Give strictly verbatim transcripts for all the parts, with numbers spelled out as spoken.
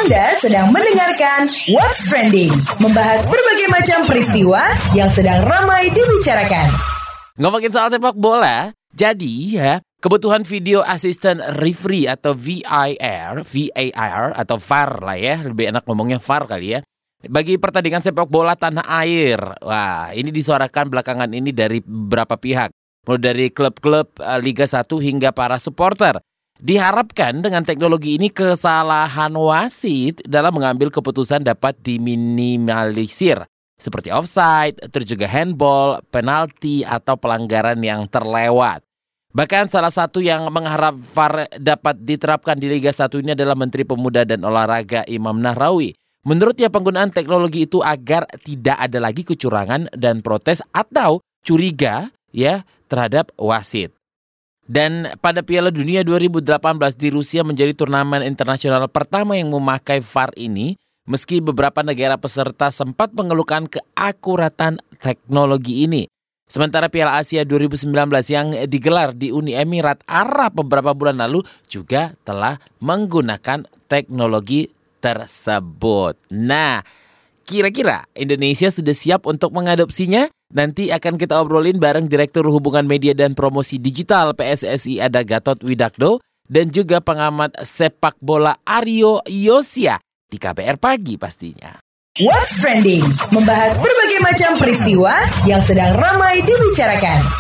Anda sedang mendengarkan What's Trending, membahas berbagai macam peristiwa yang sedang ramai dibicarakan. Ngomongin soal sepak bola, jadi ya, kebutuhan video assistant referee atau V I R, V A R atau V A R lah ya, lebih enak ngomongnya V A R kali ya, bagi pertandingan sepak bola tanah air. Wah, ini disuarakan belakangan ini dari beberapa pihak, mulai dari klub-klub uh, Liga satu hingga para supporter. Diharapkan dengan teknologi ini kesalahan wasit dalam mengambil keputusan dapat diminimalisir, seperti offside, terus juga handball, penalti, atau pelanggaran yang terlewat. Bahkan salah satu yang mengharap V A R dapat diterapkan di Liga satu ini adalah Menteri Pemuda dan Olahraga Imam Nahrawi. Menurutnya penggunaan teknologi itu agar tidak ada lagi kecurangan dan protes atau curiga ya terhadap wasit. Dan pada Piala Dunia dua ribu delapan belas di Rusia menjadi turnamen internasional pertama yang memakai V A R ini, meski beberapa negara peserta sempat mengeluhkan keakuratan teknologi ini. Sementara Piala Asia dua ribu sembilan belas yang digelar di Uni Emirat Arab beberapa bulan lalu juga telah menggunakan teknologi tersebut. Nah, kira-kira Indonesia sudah siap untuk mengadopsinya? Nanti akan kita obrolin bareng Direktur Hubungan Media dan Promosi Digital P S S I ada Gatot Widakdo dan juga pengamat sepak bola Aryo Yosia di K B R Pagi pastinya. What's Trending, membahas berbagai macam peristiwa yang sedang ramai dibicarakan.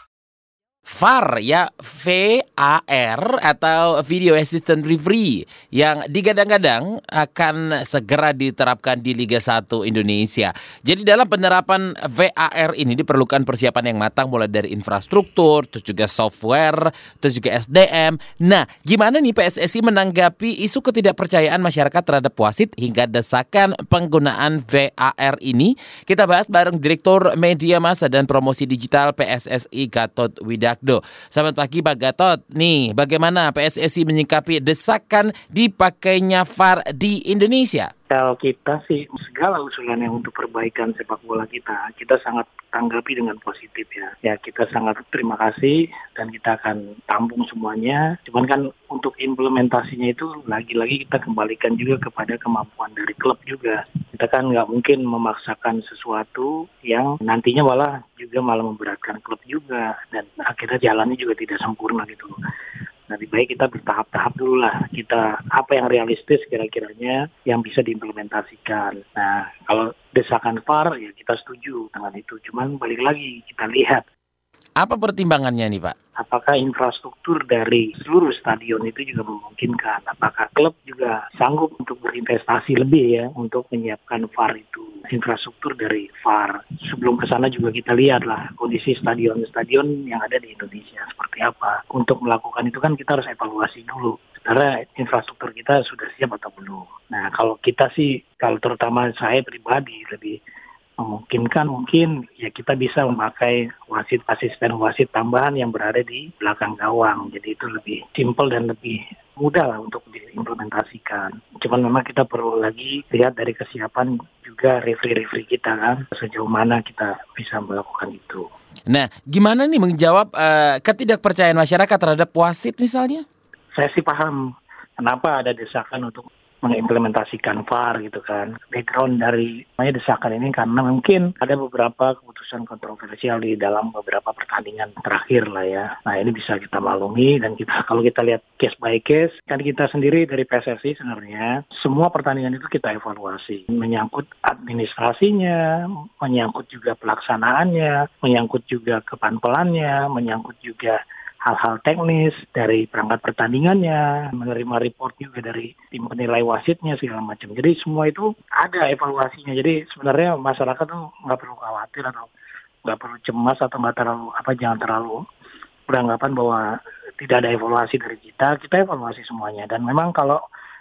V A R ya, V A R atau Video Assistant Referee yang digadang-gadang akan segera diterapkan di Liga satu Indonesia. Jadi dalam penerapan V A R ini diperlukan persiapan yang matang mulai dari infrastruktur, terus juga software, terus juga S D M. Nah, gimana nih P S S I menanggapi isu ketidakpercayaan masyarakat terhadap wasit hingga desakan penggunaan V A R ini? Kita bahas bareng Direktur Media Massa dan Promosi Digital P S S I Gatot Widakdo. Selamat pagi Pak Gatot. Nih, bagaimana P S S I menyikapi desakan dipakainya V A R di Indonesia? Kalau kita sih segala usulan yang untuk perbaikan sepak bola kita, kita sangat tanggapi dengan positif ya. Ya kita sangat terima kasih dan kita akan tampung semuanya. Cuman kan untuk implementasinya itu lagi-lagi kita kembalikan juga kepada kemampuan dari klub juga. Kita kan nggak mungkin memaksakan sesuatu yang nantinya malah juga malah memberatkan klub juga dan akhirnya jalannya juga tidak sempurna gitu. Nah, lebih baik kita bertahap-tahap dulu lah. Kita apa yang realistis kira-kiranya yang bisa diimplementasikan. Nah, kalau desakan V A R ya kita setuju dengan itu. Cuman balik lagi kita lihat. Apa pertimbangannya nih Pak? Apakah infrastruktur dari seluruh stadion itu juga memungkinkan? Apakah klub juga sanggup untuk berinvestasi lebih ya untuk menyiapkan V A R itu? Infrastruktur dari V A R. Sebelum ke sana juga kita lihat lah kondisi stadion-stadion yang ada di Indonesia seperti apa. Untuk melakukan itu kan kita harus evaluasi dulu. Sebenarnya infrastruktur kita sudah siap atau belum. Nah kalau kita sih, kalau terutama saya pribadi lebih memungkinkan mungkin ya kita bisa memakai wasit asisten wasit tambahan yang berada di belakang gawang. Jadi itu lebih simpel dan lebih mudah lah untuk diimplementasikan. Cuman memang kita perlu lagi lihat dari kesiapan juga referee-referee kita kan, sejauh mana kita bisa melakukan itu. Nah, gimana nih menjawab uh, ketidakpercayaan masyarakat terhadap wasit misalnya? Saya sih paham kenapa ada desakan untuk mengimplementasikan V A R gitu kan. Background dari desakan ini karena mungkin ada beberapa keputusan kontroversial di dalam beberapa pertandingan terakhir lah ya. Nah ini bisa kita maklumi dan kita kalau kita lihat case by case, kan kita sendiri dari P S S I sebenarnya semua pertandingan itu kita evaluasi. Menyangkut administrasinya, menyangkut juga pelaksanaannya, menyangkut juga kepanpelannya, menyangkut juga hal-hal teknis dari perangkat pertandingannya, menerima report juga dari tim penilai wasitnya segala macam. Jadi semua itu ada evaluasinya. Jadi sebenarnya masyarakat tuh nggak perlu khawatir atau nggak perlu cemas atau nggak terlalu apa jangan terlalu beranggapan bahwa tidak ada evaluasi dari kita. Kita evaluasi semuanya dan memang kalau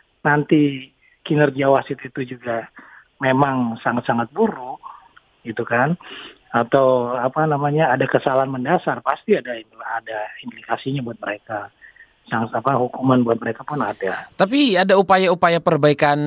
nanti kinerja wasit itu juga memang sangat-sangat buruk, gitu kan? Atau apa namanya ada kesalahan mendasar, pasti ada ada implikasinya buat mereka. Sangat apa hukuman buat mereka pun ada. Tapi ada upaya-upaya perbaikan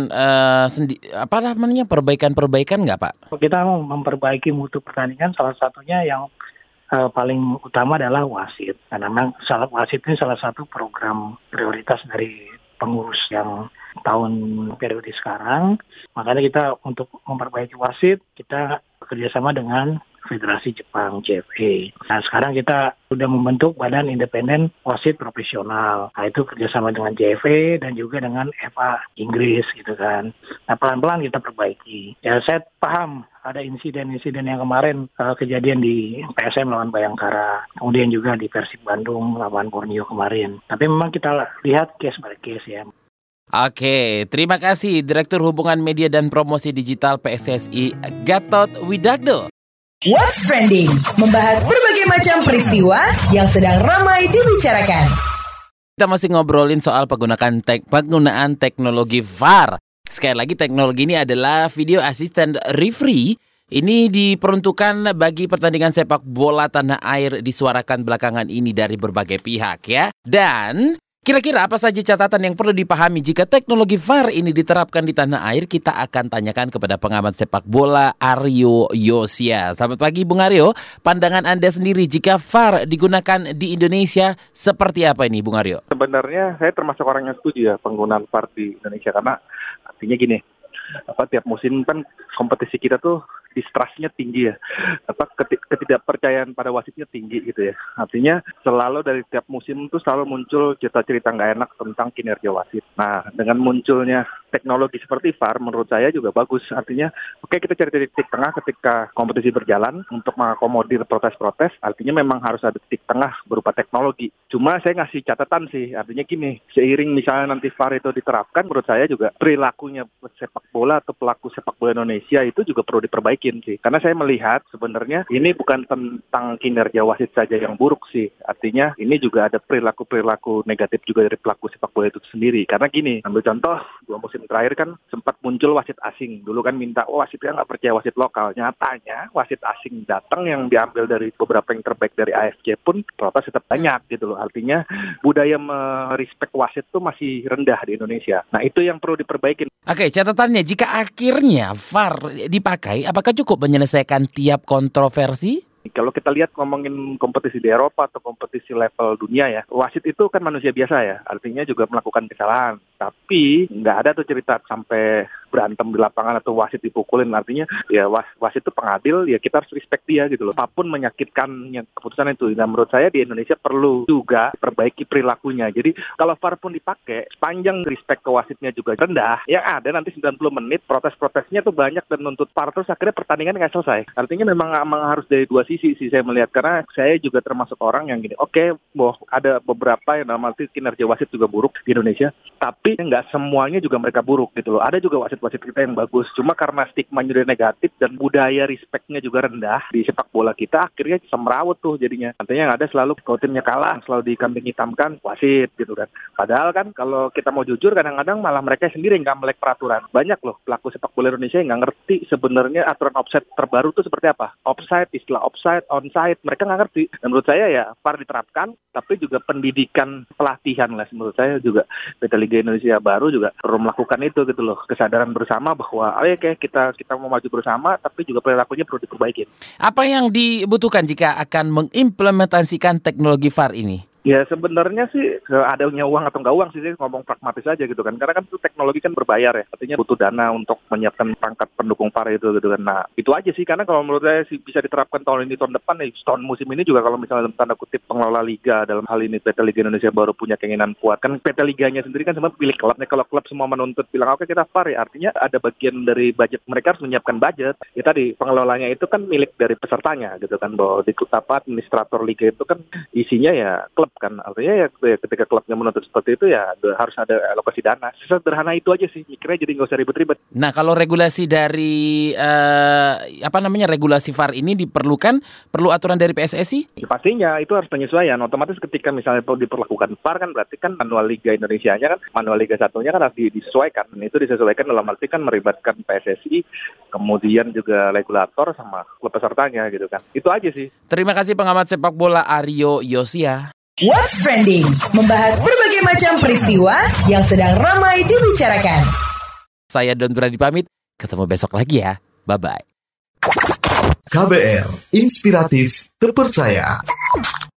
uh, sendi- apa namanya perbaikan-perbaikan nggak Pak? Kita mau memperbaiki mutu pertandingan, salah satunya yang uh, paling utama adalah wasit. Karena memang salah wasit ini salah satu program prioritas dari pengurus yang tahun periode sekarang. Makanya kita untuk memperbaiki wasit, kita bekerjasama dengan Federasi Jepang J F A. Nah sekarang kita sudah membentuk badan independen wasit profesional. Nah itu kerjasama dengan J F A dan juga dengan F A Inggris gitu kan. Nah pelan-pelan kita perbaiki. Ya saya paham ada insiden-insiden yang kemarin uh, kejadian di P S M lawan Bayangkara. Kemudian juga di Persib Bandung lawan Borneo kemarin. Tapi memang kita lihat case by case ya. Oke, terima kasih Direktur Hubungan Media dan Promosi Digital P S S I Gatot Widagdo. What's Trending, membahas berbagai macam peristiwa yang sedang ramai dibicarakan. Kita masih ngobrolin soal penggunaan, tek- penggunaan teknologi V A R. Sekali lagi teknologi ini adalah Video Assistant Referee. Ini diperuntukkan bagi pertandingan sepak bola tanah air disuarakan belakangan ini dari berbagai pihak ya. Dan kira-kira apa saja catatan yang perlu dipahami jika teknologi V A R ini diterapkan di tanah air? Kita akan tanyakan kepada pengamat sepak bola Aryo Yosia. Selamat pagi Bung Aryo, pandangan Anda sendiri jika V A R digunakan di Indonesia seperti apa ini Bung Aryo? Sebenarnya saya termasuk orang yang setuju ya penggunaan V A R di Indonesia karena artinya gini, apa tiap musim kan kompetisi kita tuh distrustnya tinggi ya, apa ketidakpercayaan pada wasitnya tinggi gitu ya. Artinya selalu dari tiap musim itu selalu muncul cerita-cerita nggak enak tentang kinerja wasit. Nah dengan munculnya teknologi seperti V A R menurut saya juga bagus. Artinya oke okay, kita cari titik tengah ketika kompetisi berjalan untuk mengakomodir protes-protes. Artinya memang harus ada titik tengah berupa teknologi. Cuma saya ngasih catatan sih, artinya gini, seiring misalnya nanti V A R itu diterapkan, menurut saya juga perilakunya sepak bola atau pelaku sepak bola Indonesia itu juga perlu diperbaiki sih. Karena saya melihat sebenarnya ini bukan tentang kinerja wasit saja yang buruk sih. Artinya ini juga ada perilaku-perilaku negatif juga dari pelaku sepak bola itu sendiri. Karena gini, ambil contoh dua musim terakhir kan sempat muncul wasit asing. Dulu kan minta, oh wasitnya nggak percaya wasit lokal. Nyatanya wasit asing datang yang diambil dari beberapa yang terbaik dari A F C pun protes tetap banyak gitu loh. Artinya budaya merespek wasit tuh masih rendah di Indonesia. Nah itu yang perlu diperbaiki. Oke, catatannya jika akhirnya V A R dipakai, apakah cukup menyelesaikan tiap kontroversi? Kalau kita lihat ngomongin kompetisi di Eropa atau kompetisi level dunia ya, wasit itu kan manusia biasa ya, artinya juga melakukan kesalahan. Tapi nggak ada tuh cerita sampai berantem di lapangan atau wasit dipukulin. Artinya ya was, wasit itu pengadil, ya kita harus respect dia gitu loh. Apapun menyakitkannya keputusan itu. Dan menurut saya di Indonesia perlu juga perbaiki perilakunya. Jadi kalau V A R pun dipakai, sepanjang respect ke wasitnya juga rendah, yang ada nanti sembilan puluh menit protes-protesnya tuh banyak dan nuntut V A R terus akhirnya pertandingan nggak selesai. Artinya memang, memang harus dari dua sisi sih saya melihat. Karena saya juga termasuk orang yang gini, oke, okay, boh ada beberapa yang dalam arti kinerja wasit juga buruk di Indonesia, tapi nggak semuanya juga mereka buruk gitu loh. Ada juga wasit-wasit kita yang bagus, cuma karena stigma juga negatif dan budaya respectnya juga rendah di sepak bola kita, akhirnya semrawut tuh jadinya. Artinya yang ada selalu kalau timnya kalah, selalu dikambing hitamkan wasit gitu kan. Padahal kan kalau kita mau jujur kadang-kadang malah mereka sendiri nggak melek peraturan. Banyak loh pelaku sepak bola Indonesia yang nggak ngerti sebenarnya aturan offside terbaru tuh seperti apa. Offside, istilah offside, onside, mereka nggak ngerti. Dan menurut saya ya V A R diterapkan, tapi juga pendidikan pelatihan lah menurut saya juga P T Liga Indonesia baru juga perlu melakukan itu gitu loh, kesadaran bersama bahwa oh ya kayak kita kita mau maju bersama, tapi juga perilakunya perlu diperbaiki. Apa yang dibutuhkan jika akan mengimplementasikan teknologi V A R ini? Ya sebenarnya sih adanya uang atau nggak uang sih, sih ngomong pragmatis aja gitu kan. Karena kan itu teknologi kan berbayar ya. Artinya butuh dana untuk menyiapkan perangkat pendukung V A R itu gitu kan. Nah itu aja sih, karena kalau menurut saya sih bisa diterapkan tahun ini, tahun depan nih, tahun musim ini juga kalau misalnya dalam tanda kutip pengelola liga, dalam hal ini P T Liga Indonesia baru punya keinginan kuat. Kan P T Liganya sendiri kan sebenarnya pilih klubnya. Kalau klub semua menuntut bilang oke okay, kita V A R ya, artinya ada bagian dari budget, mereka harus menyiapkan budget. Ya tadi pengelolanya itu kan milik dari pesertanya gitu kan, bahwa di klub apa administrator liga itu kan isinya ya klub kan. Artinya ya ketika klubnya menuntut seperti itu ya harus ada alokasi dana. Sederhana itu aja sih, mikirnya jadi nggak usah ribet-ribet. Nah kalau regulasi dari uh, apa namanya regulasi V A R ini diperlukan, perlu aturan dari P S S I? Ya, pastinya itu harus penyesuaian. Otomatis ketika misalnya diperlakukan V A R kan berarti kan manual Liga Indonesianya kan, manual Liga satunya kan harus disesuaikan. Dan itu disesuaikan dalam arti kan melibatkan P S S I, kemudian juga regulator sama klub pesertanya gitu kan. Itu aja sih. Terima kasih pengamat sepak bola Aryo Yosia. What's Trending, membahas berbagai macam peristiwa yang sedang ramai dibicarakan. Saya Don Brady pamit, ketemu besok lagi ya. Bye-bye. K B R, inspiratif, terpercaya.